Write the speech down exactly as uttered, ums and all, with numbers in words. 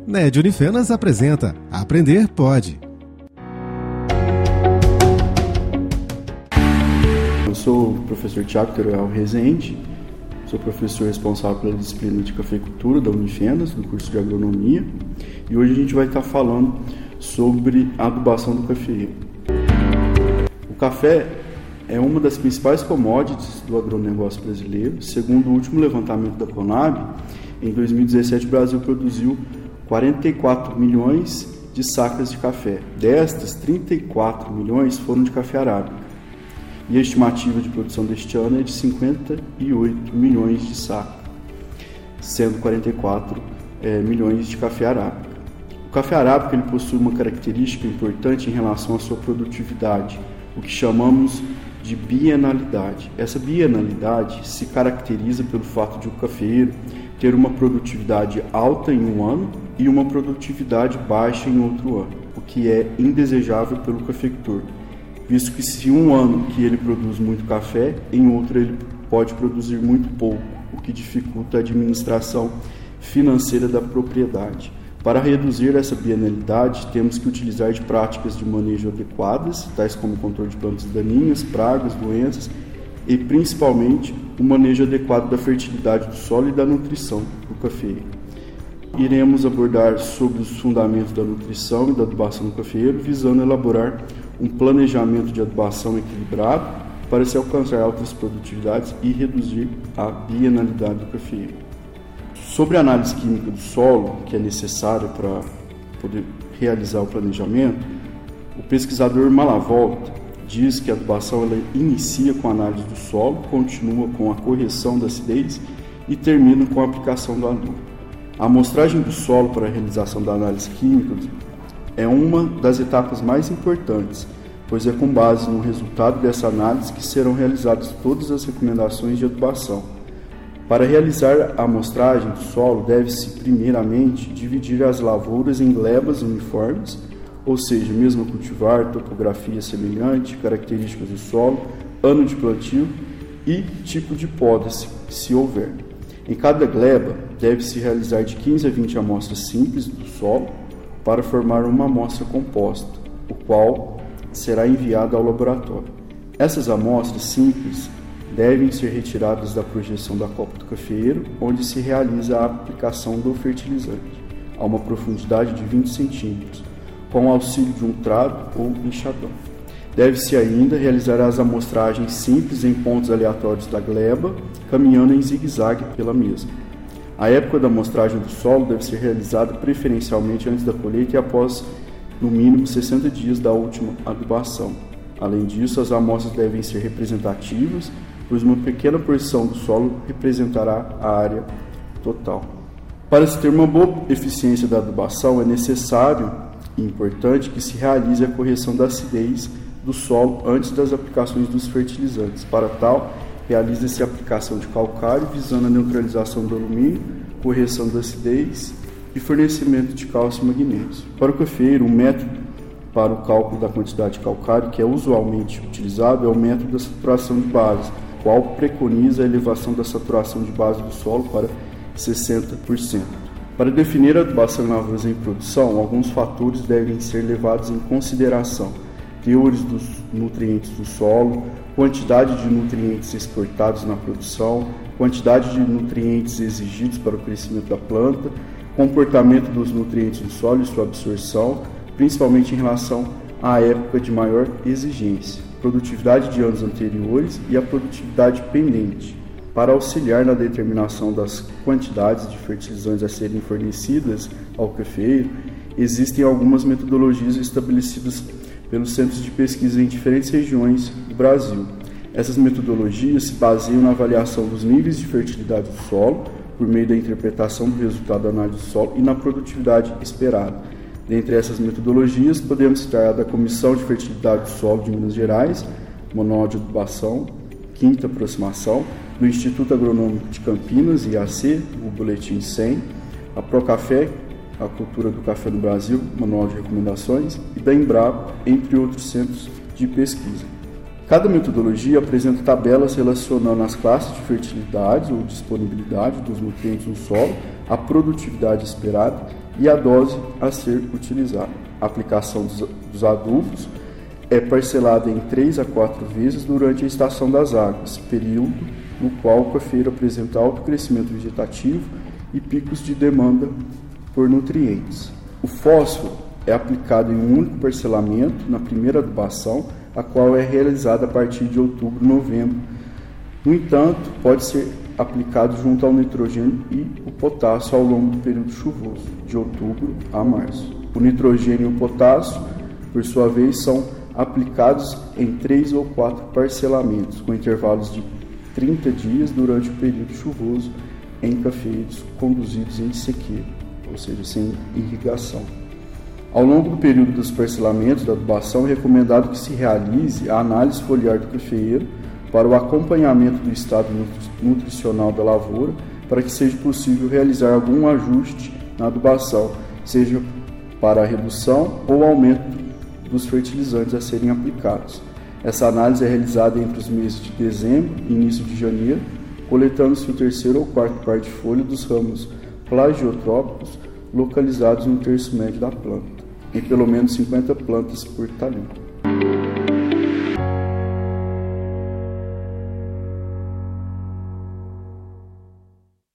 N E D Unifenas apresenta Aprender Pode. Eu sou o professor Thiago Teruel Rezende, sou professor responsável pela disciplina de cafeicultura da Unifenas, do curso de agronomia, e hoje a gente vai estar falando sobre a adubação do cafeeiro. O café é uma das principais commodities do agronegócio brasileiro. Segundo o último levantamento da Conab, em dois mil e dezessete o Brasil produziu quarenta e quatro milhões de sacas de café. Destas, trinta e quatro milhões foram de café arábica. E a estimativa de produção deste ano é de cinquenta e oito milhões de sacas, sendo quarenta e quatro é, milhões de café arábica. O café arábica ele possui uma característica importante em relação à sua produtividade, o que chamamos de bienalidade. Essa bienalidade se caracteriza pelo fato de o cafeeiro ter uma produtividade alta em um ano e uma produtividade baixa em outro ano, o que é indesejável pelo cafeicultor, visto que se um ano que ele produz muito café, em outro ele pode produzir muito pouco, o que dificulta a administração financeira da propriedade. Para reduzir essa bienalidade, temos que utilizar de práticas de manejo adequadas, tais como o controle de plantas daninhas, pragas, doenças e principalmente o manejo adequado da fertilidade do solo e da nutrição do cafeeiro. Iremos abordar sobre os fundamentos da nutrição e da adubação do cafeeiro, visando elaborar um planejamento de adubação equilibrado para se alcançar altas produtividades e reduzir a bienalidade do cafeeiro. Sobre a análise química do solo, que é necessária para poder realizar o planejamento, o pesquisador Malavolta diz que a adubação ela inicia com a análise do solo, continua com a correção da acidez e termina com a aplicação do adubo. A amostragem do solo para a realização da análise química é uma das etapas mais importantes, pois é com base no resultado dessa análise que serão realizadas todas as recomendações de adubação. Para realizar a amostragem do solo, deve-se primeiramente dividir as lavouras em glebas uniformes, ou seja, mesmo cultivar, topografia semelhante, características do solo, ano de plantio e tipo de poda, se houver. Em cada gleba, deve-se realizar de quinze a vinte amostras simples do solo para formar uma amostra composta, o qual será enviada ao laboratório. Essas amostras simples devem ser retiradas da projeção da copa do cafeeiro, onde se realiza a aplicação do fertilizante, a uma profundidade de vinte centímetros, com o auxílio de um trado ou enxadão. Deve-se ainda realizar as amostragens simples em pontos aleatórios da gleba, caminhando em zigue-zague pela mesma. A época da amostragem do solo deve ser realizada preferencialmente antes da colheita e após, no mínimo, sessenta dias da última adubação. Além disso, as amostras devem ser representativas, pois uma pequena porção do solo representará a área total. Para se ter uma boa eficiência da adubação, é necessário e importante que se realize a correção da acidez do solo antes das aplicações dos fertilizantes. Para tal, realiza-se a aplicação de calcário visando a neutralização do alumínio, correção da acidez e fornecimento de cálcio e magnésio. Para o cafeeiro, o método para o cálculo da quantidade de calcário que é usualmente utilizado é o método da saturação de base, o qual preconiza a elevação da saturação de base do solo para sessenta por cento. Para definir a adubação em lavouras em produção, alguns fatores devem ser levados em consideração: teores dos nutrientes do solo, quantidade de nutrientes exportados na produção, quantidade de nutrientes exigidos para o crescimento da planta, comportamento dos nutrientes do solo e sua absorção, principalmente em relação à época de maior exigência, produtividade de anos anteriores e a produtividade pendente. Para auxiliar na determinação das quantidades de fertilizantes a serem fornecidas ao cafeeiro, existem algumas metodologias estabelecidas pelos centros de pesquisa em diferentes regiões do Brasil. Essas metodologias se baseiam na avaliação dos níveis de fertilidade do solo, por meio da interpretação do resultado da análise do solo e na produtividade esperada. Dentre essas metodologias, podemos citar a da Comissão de Fertilidade do Solo de Minas Gerais, Manual de Adubação, Quinta Aproximação, do Instituto Agronômico de Campinas, I A C, o Boletim cem, a Procafé, a Cultura do Café no Brasil, Manual de Recomendações, e da Embrapa, entre outros centros de pesquisa. Cada metodologia apresenta tabelas relacionando as classes de fertilidade ou disponibilidade dos nutrientes no solo, a produtividade esperada e a dose a ser utilizada. A aplicação dos, dos adubos é parcelada em três a quatro vezes durante a estação das águas, período no qual o cafeiro apresenta alto crescimento vegetativo e picos de demanda por nutrientes. O fósforo é aplicado em um único parcelamento na primeira adubação, a qual é realizada a partir de outubro, novembro. No entanto, pode ser aplicado junto ao nitrogênio e o potássio ao longo do período chuvoso, de outubro a março. O nitrogênio e o potássio, por sua vez, são aplicados em três ou quatro parcelamentos, com intervalos de trinta dias durante o período chuvoso, em cafeeiros conduzidos em sequeiro, ou seja, sem irrigação. Ao longo do período dos parcelamentos da adubação, é recomendado que se realize a análise foliar do cafeeiro para o acompanhamento do estado nutricional da lavoura, para que seja possível realizar algum ajuste na adubação, seja para a redução ou aumento dos fertilizantes a serem aplicados. Essa análise é realizada entre os meses de dezembro e início de janeiro, coletando-se o terceiro ou quarto par de folha dos ramos plagiotrópicos localizados no terço médio da planta, em pelo menos cinquenta plantas por talhão.